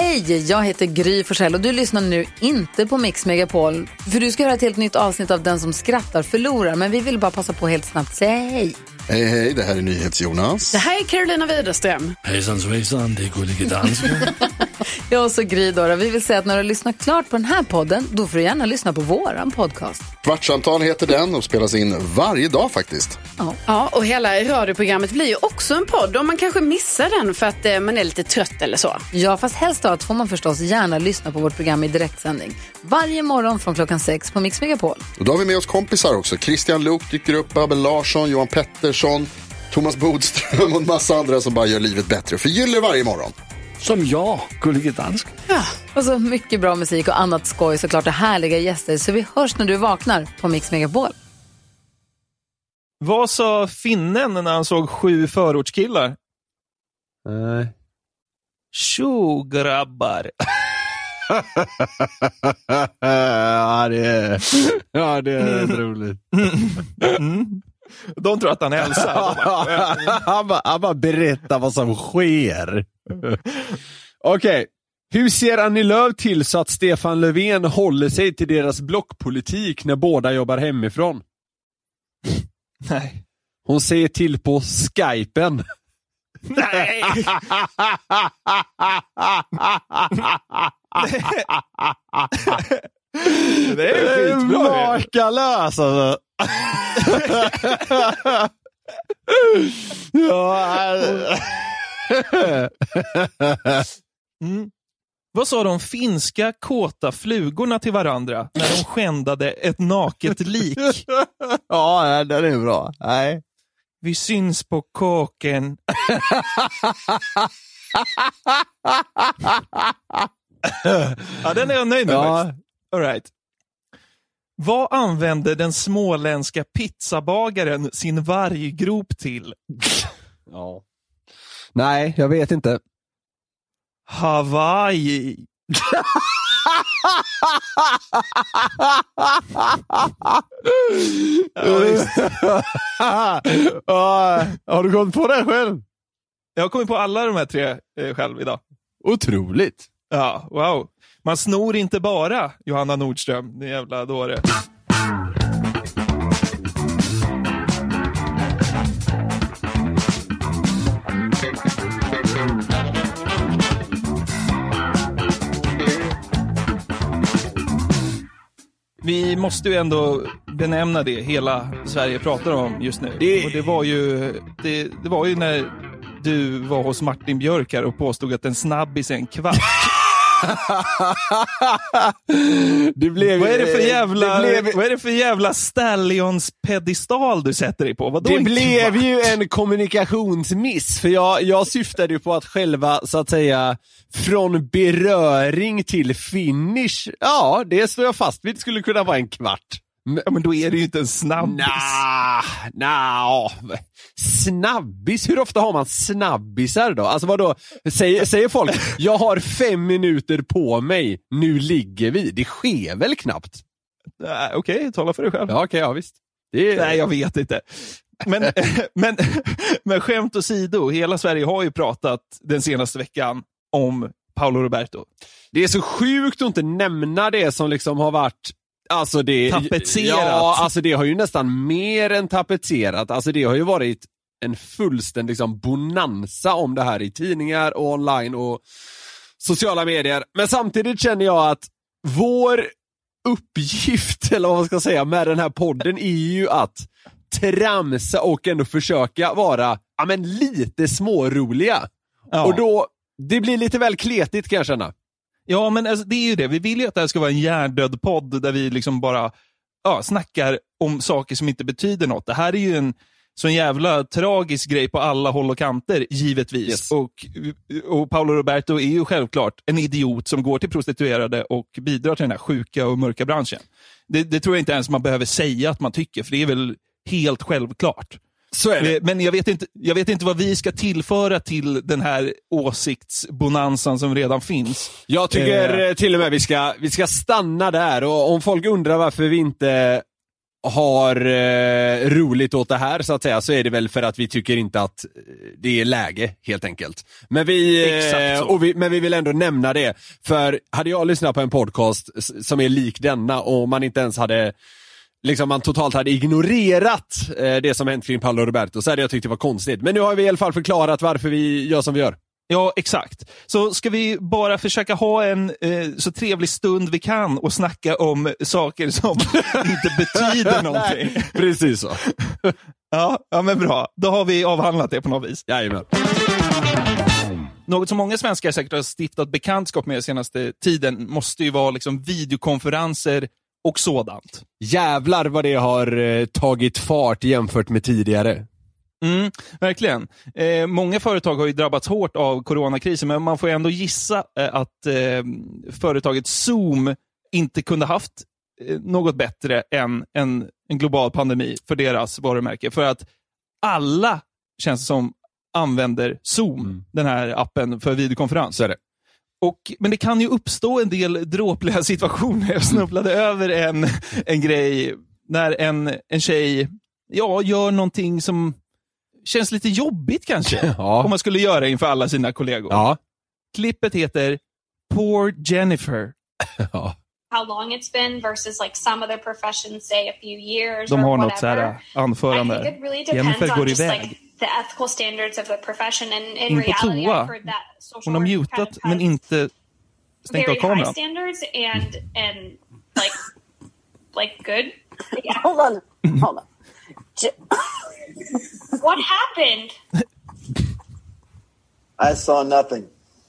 Hej, jag heter Gry Forssell och du lyssnar nu inte på Mix Megapol. För du ska höra ett helt nytt avsnitt av Den som skrattar förlorar. Men vi vill bara passa på helt snabbt säga hej. Hej, hej, det här är NyhetsJonas. Det här är Carolina Widerström. Hejsan svejsan, det är Gullige Dansken. Jag och så Gry då. Vi vill säga att när du har lyssnat klart på den här podden, då får du gärna lyssna på våran podcast. Kvartsamtal heter den och spelas in varje dag faktiskt. Ja, och hela radioprogrammet blir ju också en podd. Om man kanske missar den för att man är lite trött eller så. Ja, fast helst då får man förstås gärna lyssna på vårt program i direktsändning. Varje morgon från 6 på Mix Megapol. Och då har vi med oss kompisar också. Christian Luuk dyker upp, Abel Larsson, Johan Pettersson, Thomas Bodström och en massa andra som bara gör livet bättre och förgyller varje morgon. Som jag, Gullige Dansken. Ja, och så mycket bra musik och annat skoj, såklart, och härliga gäster. Så vi hörs när du vaknar på Mix Megapol. Vad sa finnen när han såg 7 förortskillar? Tjo, grabbar. Ja, det är roligt. De tror att han hälsar. Han bara berättar vad som sker. Okej. Hur ser Annie Lööf till så att Stefan Löfven håller sig till deras blockpolitik när båda jobbar hemifrån? Nej. Hon ser till på Skypen. Nej. Det är skitbra. Makalös alltså. Vad sa de finska kåta flugorna till varandra när de skändade ett naket lik? Ja, den är bra. Nej. Vi syns på kåken. Ja, den är jag nöjd med. Ja. All right. Vad använde den småländska pizzabagaren sin varggrop till? Ja. Nej, jag vet inte. Hawaii. Har du kommit på det själv? Jag har kommit på alla de här 3 själv idag. Otroligt. Ja, wow. Man snor inte bara, Johanna Nordström. Det jävla dåre. Vi måste ju ändå benämna det hela Sverige pratar om just nu. Och det var ju när du var hos Martin Björk här och påstod att en snabbis är en kvart. Vad är det för jävla Stallions pedestal du sätter dig på? Det blev ju en kommunikationsmiss, för jag syftade ju på att själva, så att säga, från beröring till finish, ja, det står jag fast vid, det skulle kunna vara en kvart. Ja, men då är det ju inte en snabbis. Snabbis? Hur ofta har man snabbisar då? Alltså vadå? Säger folk, jag har 5 minuter på mig, nu ligger vi. Det sker väl knappt? Okej, tala för dig själv. Ja, okej, ja visst. Nej, jag vet inte. Men skämt åsido, hela Sverige har ju pratat den senaste veckan om Paolo Roberto. Det är så sjukt att inte nämna det som liksom har varit, alltså det tapetserat. Ja, alltså det har ju nästan mer än tapetserat. Alltså det har ju varit en fullständig liksom bonanza om det här i tidningar och online och sociala medier. Men samtidigt känner jag att vår uppgift, eller vad man ska säga, med den här podden är ju att tramsa och ändå försöka vara lite småroliga. Ja. Och då, det blir lite väl kletigt kan jag känna. Ja, men alltså, det är ju det. Vi vill ju att det här ska vara en hjärndöd podd där vi liksom bara snackar om saker som inte betyder något. Det här är ju en sån jävla tragisk grej på alla håll och kanter, givetvis. Yes. Och Paolo Roberto är ju självklart en idiot som går till prostituerade och bidrar till den här sjuka och mörka branschen. Det tror jag inte ens man behöver säga att man tycker, för det är väl helt självklart. Så är det. Men jag vet inte vad vi ska tillföra till den här åsiktsbonansan som redan finns. Jag tycker till och med vi ska stanna där, och om folk undrar varför vi inte har roligt åt det här så att säga, så är det väl för att vi tycker inte att det är läge helt enkelt. Men men vi vill ändå nämna det, för hade jag lyssnat på en podcast som är lik denna och man inte ens hade liksom, man totalt hade ignorerat det som hänt kring Paolo Roberto, så hade jag tyckt det var konstigt. Men nu har vi i alla fall förklarat varför vi gör som vi gör. Ja, exakt. Så ska vi bara försöka ha en så trevlig stund vi kan och snacka om saker som inte betyder någonting. Nej, precis så. Ja, men bra. Då har vi avhandlat det på något vis. Jajamän. Något som många svenskar säkert har stiftat bekantskap med senaste tiden måste ju vara liksom videokonferenser och sådant. Jävlar vad det har tagit fart jämfört med tidigare. Verkligen. Många företag har ju drabbats hårt av coronakrisen, men man får ändå gissa att företaget Zoom inte kunde haft något bättre än en global pandemi för deras varumärke. För att alla, känns som, använder Zoom, den här appen för videokonferens. Så är det. Men det kan ju uppstå en del dråpliga situationer. Jag snubblade över en grej när en tjej gör någonting som känns lite jobbigt kanske. Om man skulle göra inför alla sina kollegor. Ja. Klippet heter Poor Jennifer. Ja. How long it's been versus like some other professions, say a few years. De har or något så här anförande. I think it really depends Jennifer går on just iväg. like the ethical standards of the profession, and in In på reality toa. I've heard that social Hon har work mutat kind of men has inte stängt av very high kameran. standards and like good. Yeah. Hold on. What happened? I saw nothing.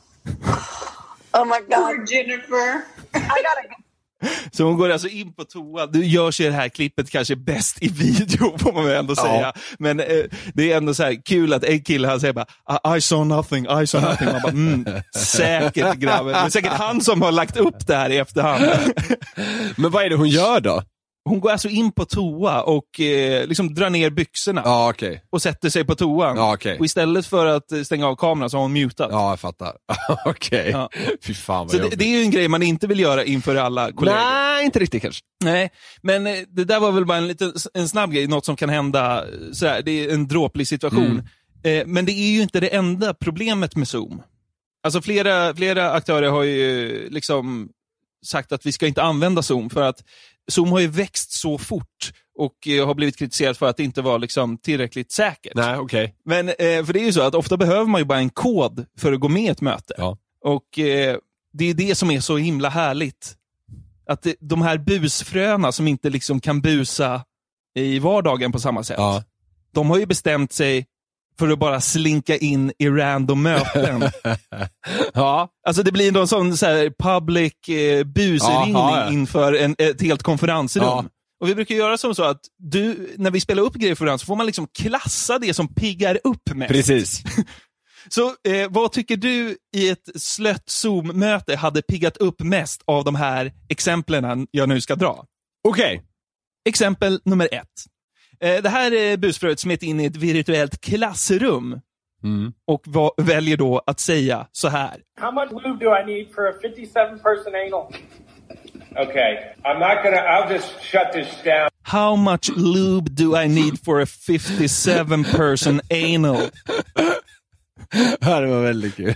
Oh my God, Jennifer. I gotta. Så hon går alltså in på toa. Du görs ju det här klippet kanske bäst i video, får man väl ändå säga. Men det är ändå så här kul att en kille han säger bara I saw nothing. Man bara, säkert grabben. Men säkert han som har lagt upp det här i efterhand. Men vad är det hon gör då? Hon går alltså in på toa och liksom drar ner byxorna. Ja, okej. Och sätter sig på toan. Ja, okej. Och istället för att stänga av kameran så har hon mutat. Ja, jag fattar. Okej. Ja. Fy fan vad så jobbigt. det är ju en grej man inte vill göra inför alla kollegor. Nej, inte riktigt kanske. Nej, men det där var väl bara en snabb grej. Något som kan hända sådär. Det är en dråplig situation. Men det är ju inte det enda problemet med Zoom. Alltså flera aktörer har ju liksom sagt att vi ska inte använda Zoom, för att Zoom har ju växt så fort och har blivit kritiserat för att det inte var liksom tillräckligt säkert. Nej, okej. Men för det är ju så att ofta behöver man ju bara en kod för att gå med i ett möte. Ja. Och det är det som är så himla härligt. Att de här busfröna som inte liksom kan busa i vardagen på samma sätt. Ja. De har ju bestämt sig för att bara slinka in i random möten. Ja. Alltså det blir någon sån så här public busringning inför ett helt konferensrum. Ja. Och vi brukar göra som så att när vi spelar upp grejer för varandra så får man liksom klassa det som piggar upp mest. Precis. Så vad tycker du i ett slött Zoom-möte hade piggat upp mest av de här exemplen jag nu ska dra? Okej. Exempel nummer 1. Det här är busfröet smet in i ett virtuellt klassrum och väljer då att säga så här. How much lube do I need for a 57-person anal? Okay, I'll just shut this down. How much lube do I need for a 57-person anal? Ja, det var väldigt kul.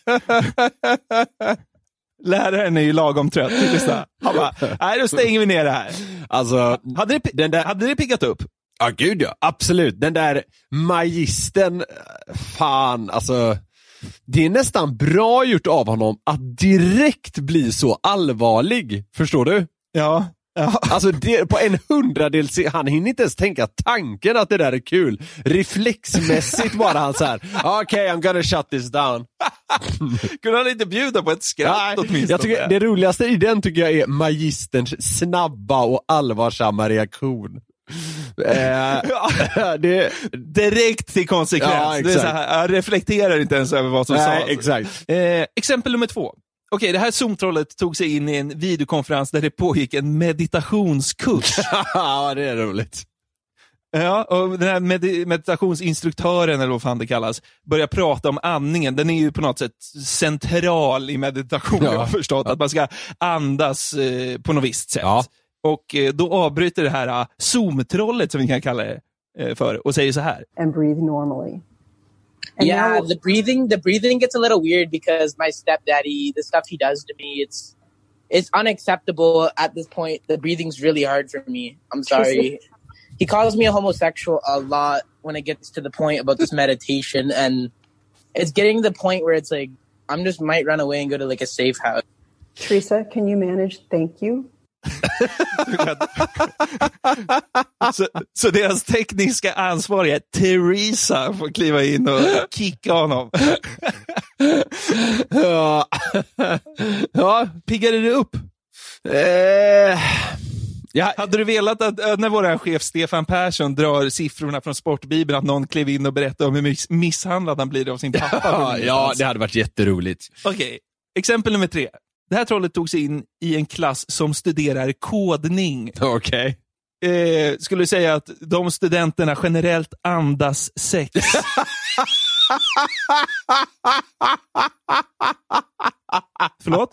Läraren är ju lagom trött. Han bara, nej, då stänger vi ner det här. Alltså, hade det piggat upp? Ja, gud ja. Absolut. Den där magisten, fan, alltså, det är nästan bra gjort av honom att direkt bli så allvarlig. Förstår du? Ja. Alltså på en 100-del, han hinner inte ens tänka tanken att det där är kul. Reflexmässigt bara han så här: okej, I'm gonna shut this down. Kunde han inte bjuda på ett skratt åtminstone? Jag tycker, det roligaste i den tycker jag är magisterns snabba och allvarsamma reaktion. Det direkt till konsekvens. Ja, det är så här, jag reflekterar inte ens över vad som sades. Exakt. Exempel nummer 2. Okej, det här Zoom-trollet tog sig in i en videokonferens där det pågick en meditationskurs. Ja, det är roligt. Ja, och den här meditationsinstruktören, eller vad fan det kallas, börjar prata om andningen. Den är ju på något sätt central i meditation, jag har förstått. Att man ska andas på något visst sätt. Ja. Och då avbryter det här Zoom-trollet som vi kan kalla det för och säger så här. And breathe normally. And yeah, now... the breathing gets a little weird because my stepdaddy, the stuff he does to me, it's unacceptable at this point. The breathing's really hard for me. I'm sorry. He calls me a homosexual a lot when it gets to the point about this meditation, and it's getting to the point where it's like I'm just might run away and go to like a safe house. Teresa, can you manage? Thank you. så deras tekniska ansvariga Teresa får kliva in och kicka honom. Ja, piggade det upp? Ja. Hade du velat att när vår chef Stefan Persson drar siffrorna från Sportbibeln att någon klev in och berättade om hur misshandlad han blir av sin pappa? Ja, det hade varit jätteroligt. Okej, exempel nummer 3. Det här trollet togs in i en klass som studerar kodning. Okej. Skulle du säga att de studenterna generellt andas sex? Förlåt?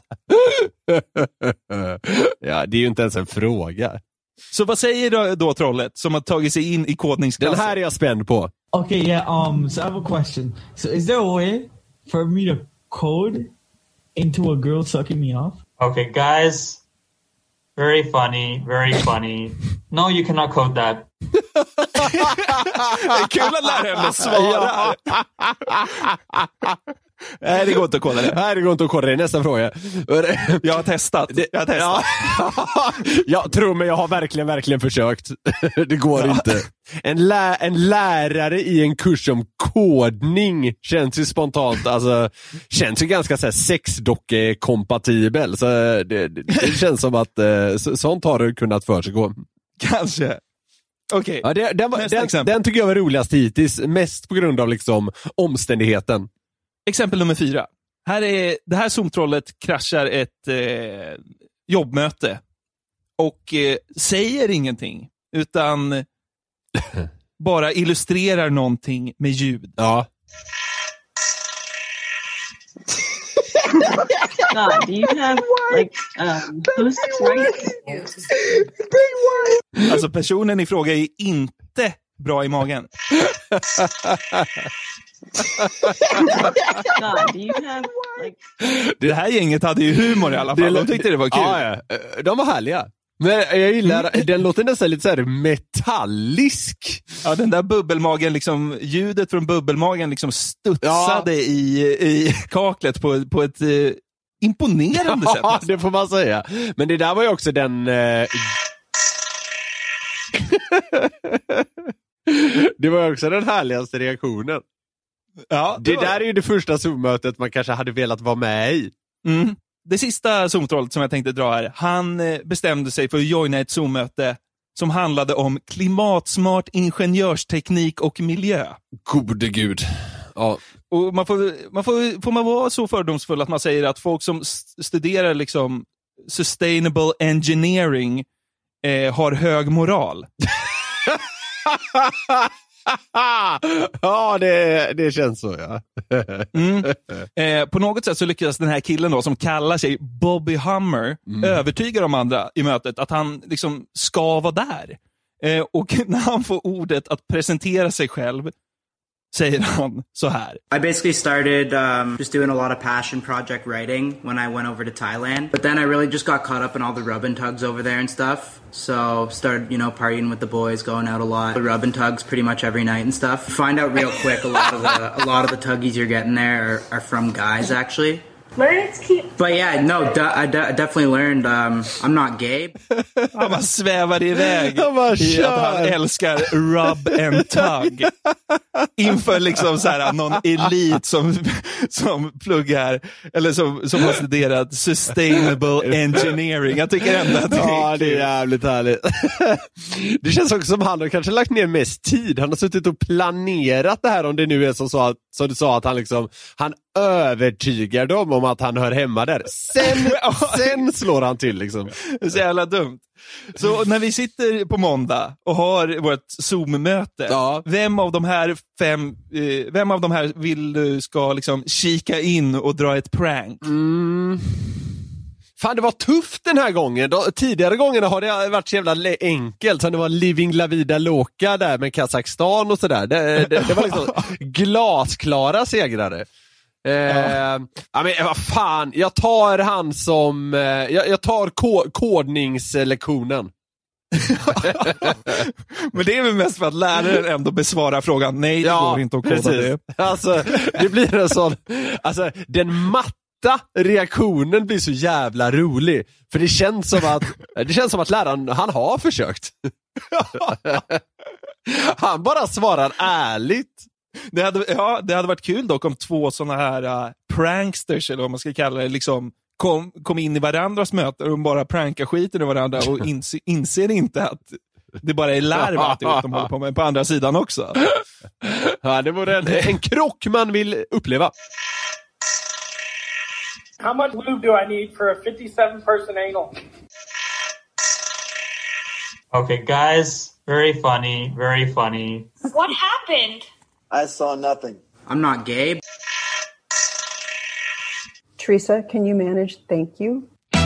Ja, det är ju inte ens en fråga. Så vad säger då trollet som har tagit sig in i kodningsklassen? Den här är jag spänd på. Okay, yeah, so I have a question. So is there a way for me to code into a girl sucking me off? Okay, guys. Very funny, very funny. No, you cannot code that. Det är kul att lära henne svara. Nej, det går inte att kolla det. Nej, det går inte att kolla det. Nästa fråga. Jag har testat. Jag tror mig, jag har verkligen försökt. Det går inte. En lärare i en kurs om kodning känns ju spontant, alltså känns ju ganska så här sexdocke-kompatibel. Så det känns som att sånt har det kunnat för sig gå. Kanske. Okej. Ja, den tycker jag var roligast hittills, mest på grund av liksom omständigheten. Exempel nummer 4. Det här Zoom-trollet kraschar ett jobbmöte och säger ingenting utan bara illustrerar någonting med ljud. Ja. God, do you have like boost right? Alltså personen i fråga är inte bra i magen. God, do you have like... Det här gänget hade ju humor i alla fall. De tyckte det var kul. Ja. De var härliga. Men jag gillar, den låter nästan lite så här metallisk. Ja, den där bubbelmagen, liksom, ljudet från bubbelmagen liksom studsade i kaklet på ett imponerande sätt. Ja, det får man säga. Men det där var ju också den... Det var också den härligaste reaktionen. Ja, det där är ju det första Zoom-mötet man kanske hade velat vara med i. Mm. Det sista Zoom-trollet som jag tänkte dra här, han bestämde sig för att joina ett Zoom-möte som handlade om klimatsmart ingenjörsteknik och miljö. Gode gud. Ja. Och får man vara så fördomsfull att man säger att folk som studerar liksom sustainable engineering har hög moral? Ja, det känns så, ja. På något sätt så lyckas den här killen då, som kallar sig Bobby Hummer, övertyga de andra i mötet att han liksom ska vara där. Och när han får ordet att presentera sig själv säger han så här. I basically started just doing a lot of passion project writing when I went over to Thailand. But then I really just got caught up in all the rub and tugs over there and stuff. So started, partying with the boys, going out a lot. The rub and tugs pretty much every night and stuff. Find out real quick a lot of the tuggies you're getting there are from guys actually. But yeah, no, I definitely learned I'm not gay. Han bara svävade iväg i att han älskar rub and tug. Inför liksom så här någon elit som pluggar eller som har studerat sustainable engineering. Jag tycker ändå att det är jävligt härligt. Det känns också som han har kanske lagt ner mest tid. Han har suttit och planerat det här, om det nu är som du sa att han övertygar dem om att han hör hemma där. Sen slår han till liksom. Det är så jävla dumt. Så när vi sitter på måndag och har vårt Zoom-möte, vem av de här vill du ska liksom kika in och dra ett prank? Fan, det var tufft den här gången. Tidigare gångerna har det varit så jävla enkelt. Så det var Living La Vida Loca där med Kazakstan och sådär. Det var liksom glasklara segrare. Ja, men vad fan, jag tar han som jag tar kodningslektionen. Men det är väl mest för att läraren ändå besvarar frågan. Nej, det går inte att koda det. Alltså, det blir en sån, alltså den matta reaktionen blir så jävla rolig. För det känns som att läraren, han har försökt. Han bara svarar ärligt. Det hade varit kul dock om två såna här pranksters, eller vad man ska kalla det, liksom kom in i varandras möten och bara prankar skiten i varandra och inser inte att det bara är larv de håller på med på andra sidan också. Ja, det vore en krock man vill uppleva. How much lube do I need for a 57-person anal? Okay, guys, very funny, very funny. What happened? I saw nothing. I'm not gay. Teresa, can you manage? Thank you.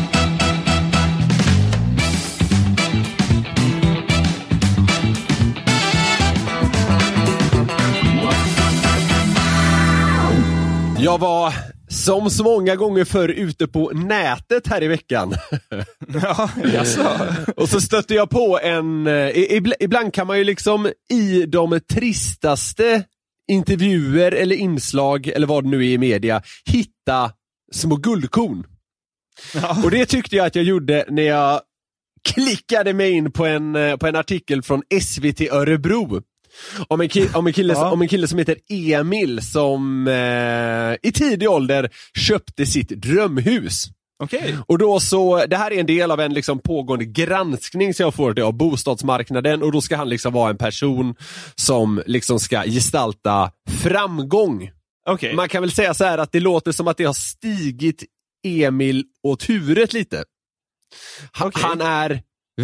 Jag var som så många gånger förr ute på nätet här i veckan. Ja, och så stötte jag på ibland kan man ju liksom i de tristaste intervjuer eller inslag eller vad det nu är i media hitta små guldkorn. Ja. Och det tyckte jag att jag gjorde när jag klickade mig in på en artikel från SVT Örebro. Om en kille som heter Emil som i tidig ålder köpte sitt drömhus. Okay. Och då så, det här är en del av en liksom pågående granskning som jag får det av bostadsmarknaden, och då ska han liksom vara en person som liksom ska gestalta framgång. Okay. Man kan väl säga så här att det låter som att det har stigit Emil åt huvudet lite. Han är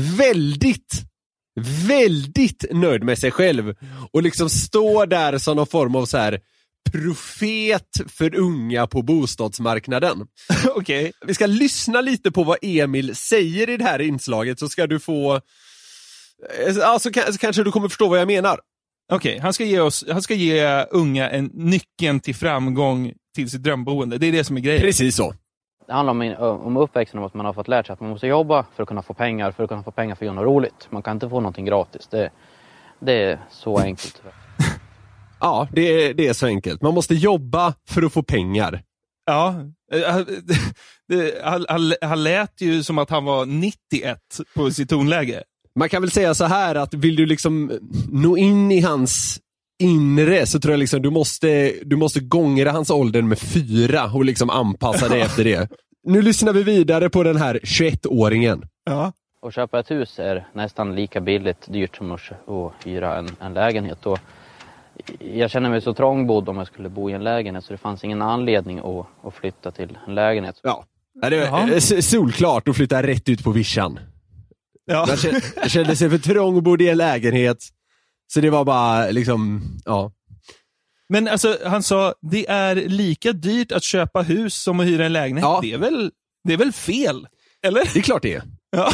väldigt nöjd med sig själv och liksom står där som någon form av så här profet för unga på bostadsmarknaden. Okay. Vi ska lyssna lite på vad Emil säger i det här inslaget, så ska du få, alltså kanske du kommer förstå vad jag menar. Okej, han ska ge unga en nyckeln till framgång till sitt drömboende. Det är det som är grejen. Precis så. Det handlar om uppväxten, om att man har fått lära sig att man måste jobba för att kunna få pengar, för att göra något roligt. Man kan inte få någonting gratis. Det är så enkelt. Ja, det är så enkelt. Man måste jobba för att få pengar. Ja, han lät ju som att han var 91 på sitt tonläge. Man kan väl säga så här att vill du liksom nå in i hans inre, så tror jag liksom du måste gångra hans ålder med 4 och liksom anpassa dig efter det. Nu lyssnar vi vidare på den här 21-åringen. Ja. Att köpa ett hus är nästan lika billigt dyrt som att hyra en lägenhet. Och jag känner mig så trångbodd om jag skulle bo i en lägenhet, så det fanns ingen anledning att flytta till en lägenhet. Ja, det är solklart att flytta rätt ut på vischan. Ja. Jag kände sig för trångbodd i en lägenhet. Så det var bara liksom, ja. Men alltså, han sa, det är lika dyrt att köpa hus som att hyra en lägenhet. Ja. Det är väl fel, eller? Det är klart det är. Ja.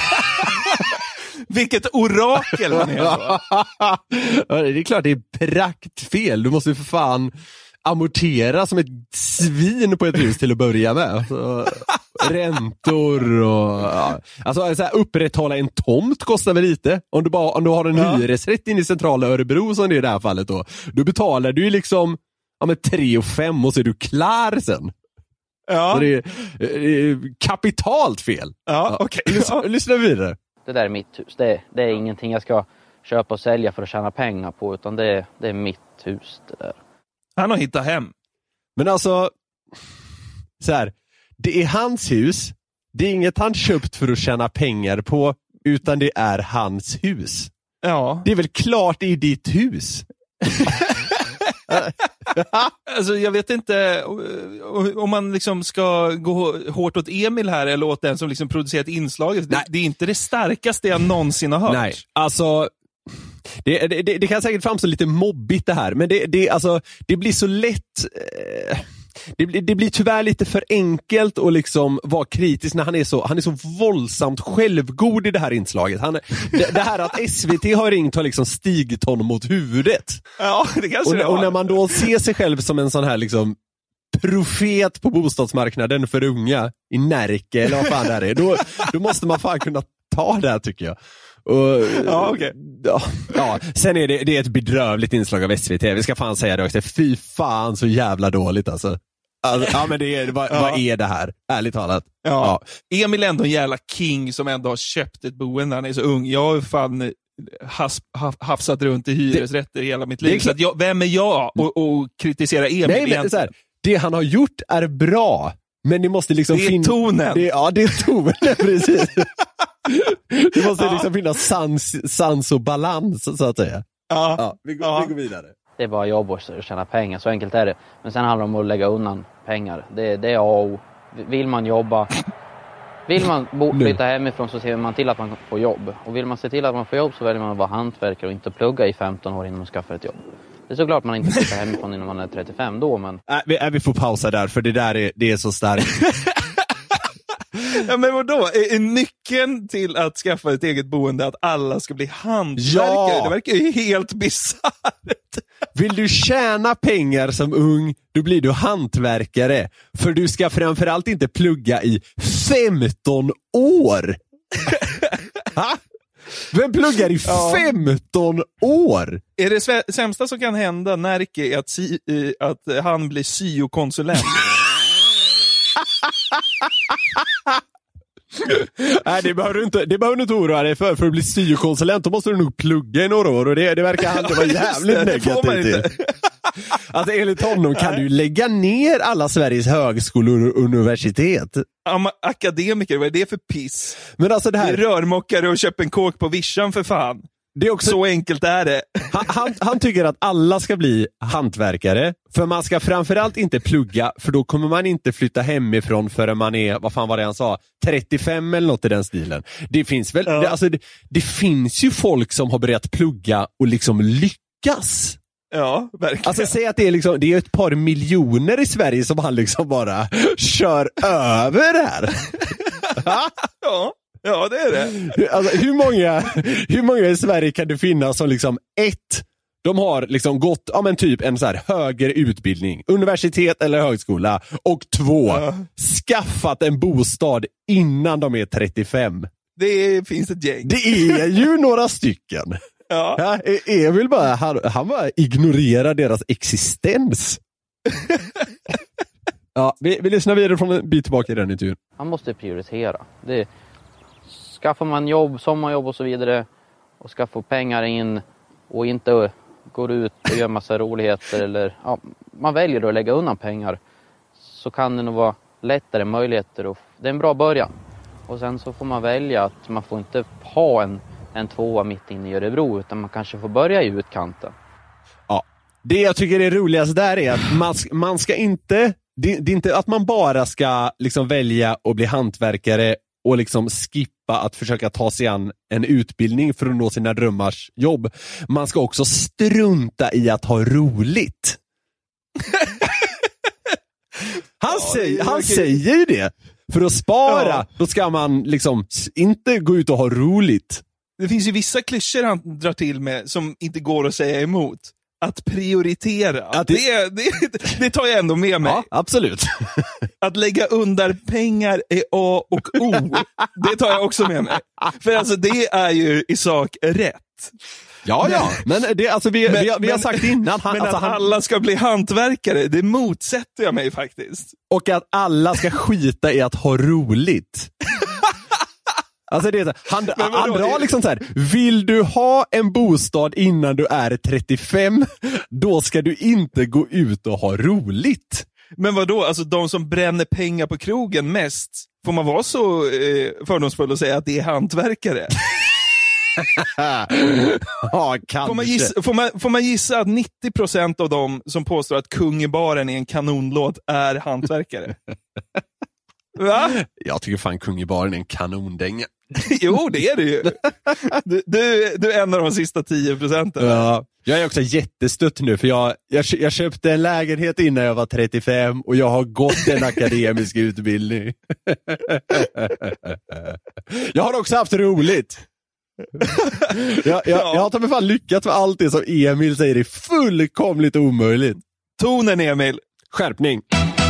Vilket orakel han är då. Ja, det är klart det är praktfel. Du måste ju för fan amortera som ett svin på ett hus till att börja med. Alltså, räntor och alltså så här, upprätthålla en tomt kostar väl lite. Om du har en hyresrätt in i centrala Örebro som det är i det här fallet då betalar du ju liksom 3 5 och så är du klar sen. Ja. Så det är kapitalt fel. Ja, okej. Lyssna vidare. Det där är mitt hus. Det är ingenting jag ska köpa och sälja för att tjäna pengar på, utan det är mitt hus det där. Han har hittat hem. Men alltså, så här, det är hans hus. Det är inget han köpt för att tjäna pengar på, utan det är hans hus. Ja. Det är väl klart det är ditt hus. Alltså jag vet inte om man liksom ska gå hårt åt Emil här eller åt den som liksom producerat inslaget. Det är inte det starkaste jag någonsin har hört. Nej, alltså det kan säkert framstå lite mobbigt det här, men det blir så lätt det blir tyvärr lite för enkelt att liksom vara kritisk när han är så våldsamt självgod i det här inslaget. Det här att SVT har ringt har liksom stigit honom mot huvudet. Ja, det kanske det var. Och när man då ser sig själv som en sån här liksom profet på bostadsmarknaden för unga i Närke eller vad fan det är, då måste man fan kunna ta det här, tycker jag. Och, ja, sen är det är ett bedrövligt inslag av SVT. Vi ska fan säga det också. Fy fan så jävla dåligt alltså. Ja, men vad är det här? Ärligt talat. Ja. Emil är ändå en jävla king som ändå har köpt ett boende. Han är så ung. Jag har fan hafsat runt i hyresrätter hela mitt liv. Så att vem är jag och kritisera Emil? Nej, men så här, det han har gjort är bra. Men det måste liksom det är tonen. Det är tonen, precis. Det måste liksom finnas sans och balans, så att säga. Vi går vidare. Det är bara jobb och tjäna pengar, så enkelt är det. Men sen handlar det om att lägga undan pengar. Det är A och O. Vill man jobba, vill man flytta hemifrån, så ser man till att man får jobb. Och vill man se till att man får jobb, så väljer man att vara hantverkare och inte plugga i 15 år innan man skaffar ett jobb. Det är såklart man inte flyttar hemifrån innan man är 35 då, men... Vi får pausa där, för det är så starkt. Ja, men vadå? Är nyckeln till att skaffa ett eget boende att alla ska bli hantverkare? Ja. Det verkar ju helt bisarrt. Vill du tjäna pengar som ung, då blir du hantverkare. För du ska framförallt inte plugga i 15 år. Ha? Vem pluggar i 15 år? Är det sämsta som kan hända Närke är att han blir syokonsulent? Nej, det behöver du inte oroa dig för att bli syokonsulent. Då måste du nog plugga i några år, och det verkar han vara jävligt negativt. Alltså enligt honom kan du lägga ner alla Sveriges högskolor och universitet. Akademiker, vad är det för piss? Men alltså det här... Rörmockare och köp en kåk på Vischan för fan. Det är också... Så enkelt är det. Han tycker att alla ska bli hantverkare. För man ska framförallt inte plugga, för då kommer man inte flytta hemifrån förrän man är, vad fan var det han sa, 35 eller något i den stilen. Det finns väl, det finns ju folk som har börjat plugga och liksom lyckas. Ja, verkligen. Alltså säg att det är ett par miljoner i Sverige som han liksom bara kör över här. Ja, det är det. Alltså, hur många i Sverige kan det finnas som liksom de har liksom gått typ en så här högre utbildning, universitet eller högskola, och 2 skaffat en bostad innan de är 35. Det finns ett gäng. Det är ju några stycken. Ja. Emil han bara ignorerar deras existens. Ja, vi lyssnar vidare från en bit tillbaka i den intervjun. Man måste prioritera. Skaffar man jobb, sommarjobb och så vidare, och skaffar pengar in och inte går ut och gör massa roligheter, eller man väljer att lägga undan pengar, så kan det nog vara lättare möjligheter. Det är en bra början. Och sen så får man välja att man får inte ha en 2 mitt inne i Örebro, utan man kanske får börja i utkanten. Ja, det jag tycker är roligast där är att man ska inte, det är inte att man bara ska liksom välja att bli hantverkare och liksom skippa att försöka ta sig an en utbildning för att nå sina drömmars jobb. Man ska också strunta i att ha roligt. Han säger ju det. För att spara, då ska man liksom inte gå ut och ha roligt. Det finns ju vissa klyschor han drar till med som inte går att säga emot. Att prioritera. Det tar jag ändå med mig. Ja, absolut. Att lägga undan pengar är A och O. Det tar jag också med mig. För alltså det är ju i sak rätt. Ja. Men det, alltså vi har sagt innan. Alla ska bli hantverkare, det motsätter jag mig faktiskt. Och att alla ska skita i att ha roligt. Alltså det är han drar liksom så här: vill du ha en bostad innan du är 35, då ska du inte gå ut och ha roligt. Men vadå, alltså de som bränner pengar på krogen mest, får man vara så fördomsfull och säga att det är hantverkare? Ja, kanske. Får man gissa att 90% av dem som påstår att Kung i baren är en kanonlåt är hantverkare? Va? Jag tycker fan Kung i baren är en kanondänga. Jo, det är det ju. Du är en av de sista 10%. Ja. Jag är också jättestött nu, för jag köpte en lägenhet innan jag var 35 och jag har gått en akademisk utbildning. Jag har också haft roligt. Jag har tagit fan lyckats med allt det som Emil säger är fullkomligt omöjligt. Tonen, Emil. Skärpning.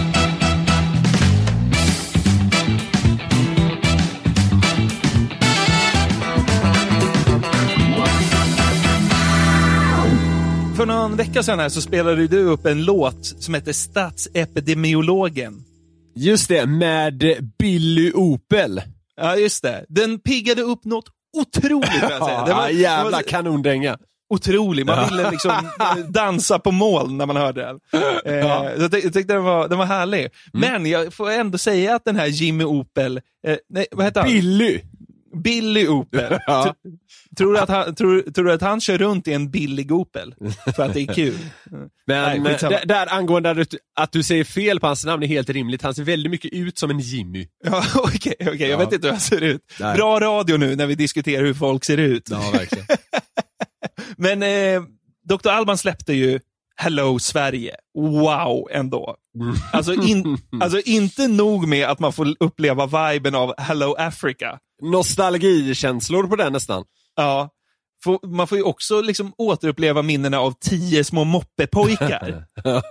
För någon vecka sedan här så spelade du upp en låt som heter Statsepidemiologen. Just det, med Billy Opel. Ja, just det. Den piggade upp något otroligt, vill jag säga. Det var, jävla kanondänga. Otrolig. Man ville liksom dansa på mål när man hörde den. Jag tyckte den var härlig. Men jag får ändå säga att den här Jimmy Opel... nej, vad heter han? Billy Opel. Ja. Tror du att han kör runt i en billig Opel? För att det är kul. Men där angående att du säger fel på hans namn är helt rimligt. Han ser väldigt mycket ut som en Jimmy. Ja, okej. Jag vet inte hur han ser ut. Nej. Bra radio nu när vi diskuterar hur folk ser ut. Ja, verkligen. Men Dr. Alban släppte ju Hello Sverige. Wow, ändå. Alltså inte nog med att man får uppleva viben av Hello Africa. Nostalgikänslor på den nästan. Ja. Man får ju också liksom återuppleva minnena av 10 små moppepojkar.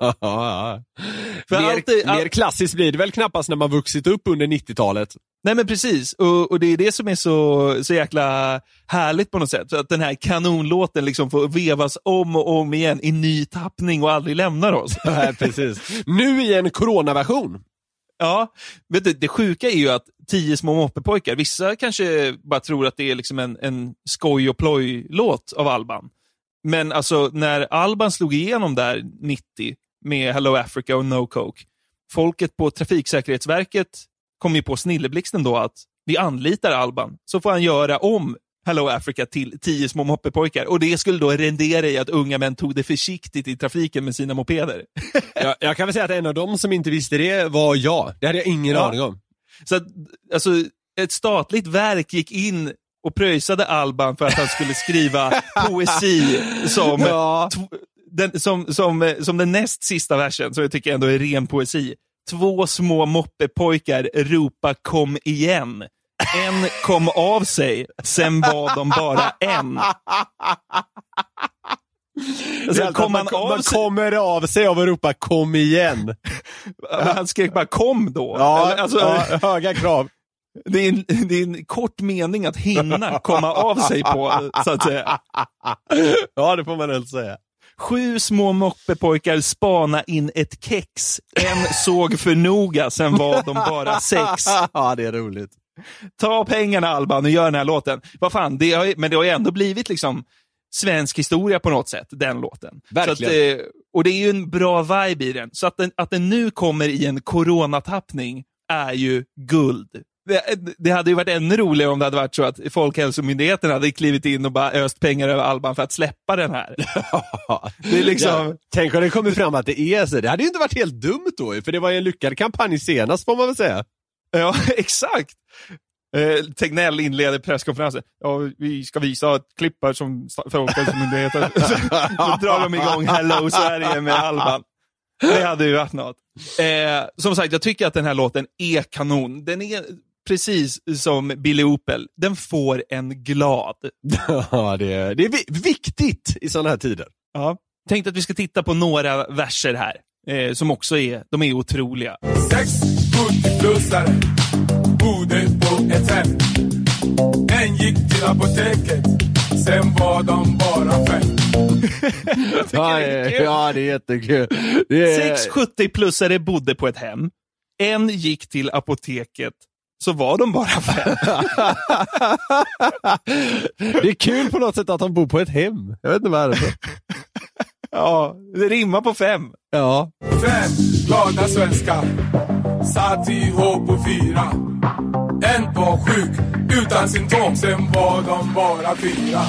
Mer klassiskt blir det väl knappast när man vuxit upp under 90-talet. Nej, men precis. Och det är det som är så jäkla härligt på något sätt. Så att den här kanonlåten liksom får vevas om och om igen i ny tappning och aldrig lämnar oss. Nej, precis. Nu i en coronaversion. Ja, vet du, det sjuka är ju att 10 små moppepojkar, vissa kanske bara tror att det är liksom en skoj- och ploj-låt av Alban. Men alltså när Alban slog igenom där 90 med Hello Africa och No Coke, folket på Trafiksäkerhetsverket kom ju på snilleblixten då att vi anlitar Alban, så får han göra om Hello Africa till 10 små moppepojkar. Och det skulle då rendera i att unga män tog det försiktigt i trafiken med sina mopeder. Jag kan väl säga att en av dem som inte visste det var jag. Det hade jag ingen aning om. Så att, alltså, ett statligt verk gick in och pröjsade Alban för att han skulle skriva poesi som den näst sista versen, så jag tycker ändå är ren poesi. 2 små moppepojkar ropa kom igen. En kom av sig, sen var de bara en. Alltså, man kommer av sig av att ropa kom igen. Han skrek bara kom då. Ja, höga krav. Det är en kort mening att hinna komma av sig på, så att säga. Ja, det får man väl säga. 7 små moppepojkar spana in ett kex. En såg för noga, sen var de bara 6. Ja, det är roligt. Ta pengarna, Alban, och gör den här låten. Vad fan, men det har ju ändå blivit liksom svensk historia på något sätt, den låten. Verkligen. Så att, och det är ju en bra vibe i den. Så att den nu kommer i en coronatappning är ju guld. Det hade ju varit ännu roligare om det hade varit så att Folkhälsomyndigheten hade klivit in och bara öst pengar över Alban för att släppa den här. Det är liksom... Ja, tänk om det kommer fram att det är så. Det hade ju inte varit helt dumt då, för det var ju en lyckad kampanj senast, får man väl säga. Ja, exakt. Tegnell inleder presskonferensen. Ja, vi ska visa ett klipp här som Folkhälsomyndigheten. Då drar de igång Hello Sverige med Alban. Det hade ju varit något. Som sagt, jag tycker att den här låten är kanon. Den är precis som Billy Opel. Den får en glad. Ja, det är viktigt i sådana här tider. Ja. Tänkte att vi ska titta på några verser här. Som också de är otroliga. 6 70-plussare bodde på ett hem. En gick till apoteket, sen var de bara 5. Ja, det är jättekul. 6 70-plussare bodde på ett hem. En gick till apoteket, så var de bara 5. Det är kul på något sätt att de bor på ett hem. Jag vet inte vad det är. Ja, det rimmar på 5. Ja. 5 glada svenskar satt ihop på 4. En var sjuk utan symptom, sen var de bara 4.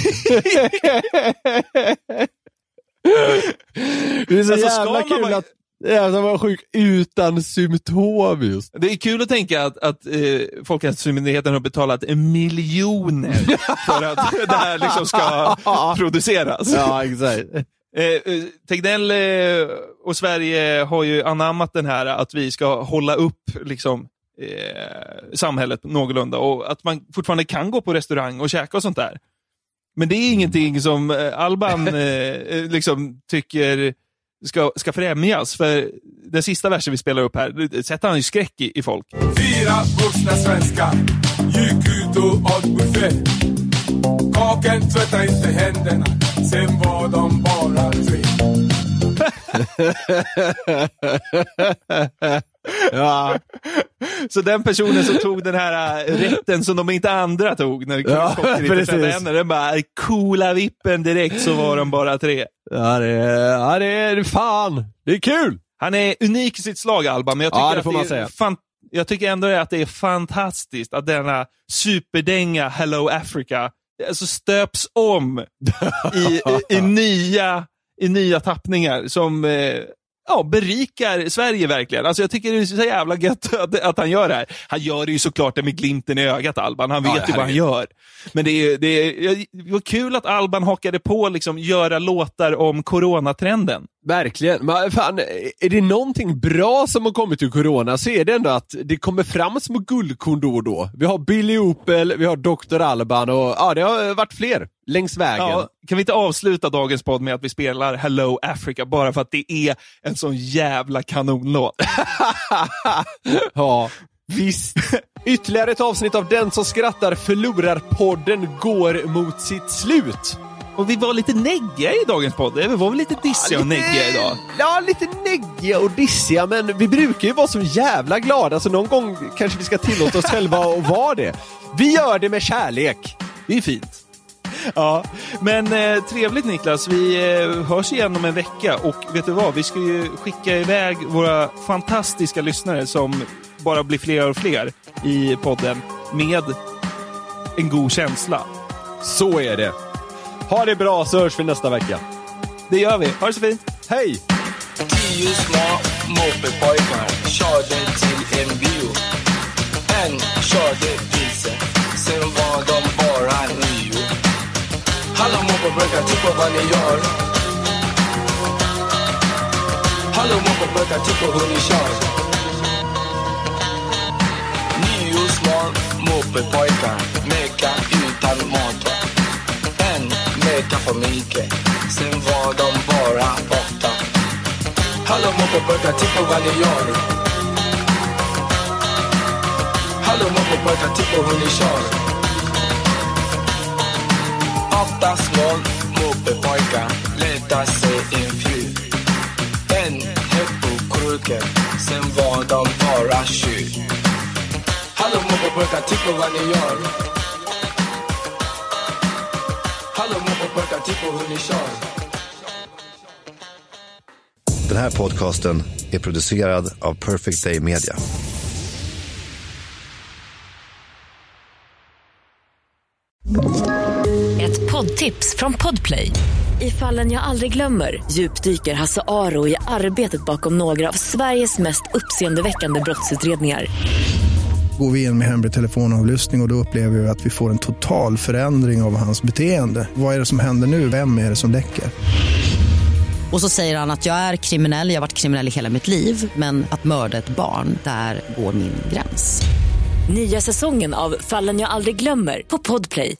Det är så jävla kul att Ja, som var sjuk utan symptom just. Det är kul att tänka att Folkhälsomyndigheten har betalat miljoner för att det här liksom ska produceras. Ja, exakt. Tegnell och Sverige har ju anammat den här att vi ska hålla upp liksom samhället någorlunda och att man fortfarande kan gå på restaurang och käka och sånt där. Men det är ingenting som Alban liksom tycker ska främjas, för den sista versen vi spelar upp här sätter han ju skräck i folk. 4 vuxna svenskar gick ut och åt buffé. Kaken tvätta inte händerna, sen var de bara 3. Ja. Så den personen som tog den här rätten som de inte andra tog när kocken inte tvättade händerna, den bara coola vippen direkt, så var de bara 3. Ja, det är fan. Det är kul. Han är unik i sitt slag, Alban, men jag tycker det får man säga. Jag tycker ändå att det är fantastiskt att denna superdänga Hello Africa alltså stöps om i nya tappningar som berikar Sverige verkligen. Alltså jag tycker det är så jävla gött att han gör det här. Han gör det ju såklart med glimten i ögat, Alban. Han vet ju vad han gör. Men det var kul att Alban hakade på liksom göra låtar om coronatrenden. Verkligen. Men fan, är det någonting bra som har kommit ur corona så är det ändå att det kommer fram små guldkorn då och då. Vi har Billy Opel, vi har Dr. Alban och det har varit fler längs vägen. Ja, kan vi inte avsluta dagens podd med att vi spelar Hello Africa bara för att det är en sån jävla kanonlåt? Ja, visst. Ytterligare ett avsnitt av Den som skrattar förlorar podden går mot sitt slut. Och vi var lite neggiga i dagens podd. Vi var väl lite dissiga och neggiga idag. Ja, lite neggiga och dissiga, men vi brukar ju vara så jävla glada, så någon gång kanske vi ska tillåta oss själva att vara det. Vi gör det med kärlek. Det är fint. Ja, men trevligt Niklas. Vi hörs igen om en vecka och vet du vad? Vi ska ju skicka iväg våra fantastiska lyssnare som bara blir fler och fler i podden med en god känsla. Så är det. Ha det bra, så hörs vi nästa vecka. Det gör vi. Ha det så fint. Hej! 10 små moppepojkar körde till en bio. En körde vilse, sen var de bara 9. Hallå moppepojkar, titta vad ni gör. Hallå moppepojkar, titta hur ni kör. 9 små moppepojkar meka utan motor. En meka för mycket, sen var de bara 8. Hallå moppepojkar, titta vad ni gör. Hallå moppepojkar, titta hur ni kör. 8 små moppepojkar letar sig en fru. En höll på kruken, sen var de bara 7. Hallå moppepojkar, titta vad ni gör. Hallå moppepojkar, titta hur ni kör. Den här podcasten är producerad av Perfect Day Media. Ett poddtips från Podplay. I Fallen jag aldrig glömmer djupdyker Hasse Aro i arbetet bakom några av Sveriges mest uppseendeväckande brottsutredningar. Går vi in med hemlig telefonavlyssning och då upplever vi att vi får en total förändring av hans beteende. Vad är det som händer nu? Vem är det som läcker? Och så säger han att jag är kriminell, jag har varit kriminell i hela mitt liv. Men att mörda ett barn, där går min gräns. Nya säsongen av Fallen jag aldrig glömmer på Podplay.